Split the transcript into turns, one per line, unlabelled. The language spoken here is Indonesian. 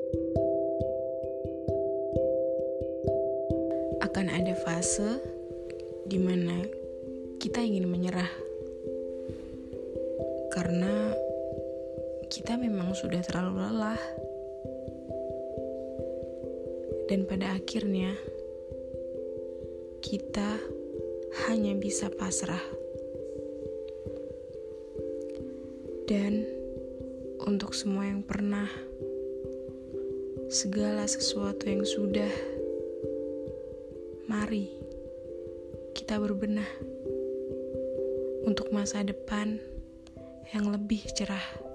Akan ada fase di mana kita ingin menyerah karena kita memang sudah terlalu lelah, dan pada akhirnya kita hanya bisa pasrah. Dan untuk semua yang pernah, segala sesuatu yang sudah, mari kita berbenah untuk masa depan yang lebih cerah.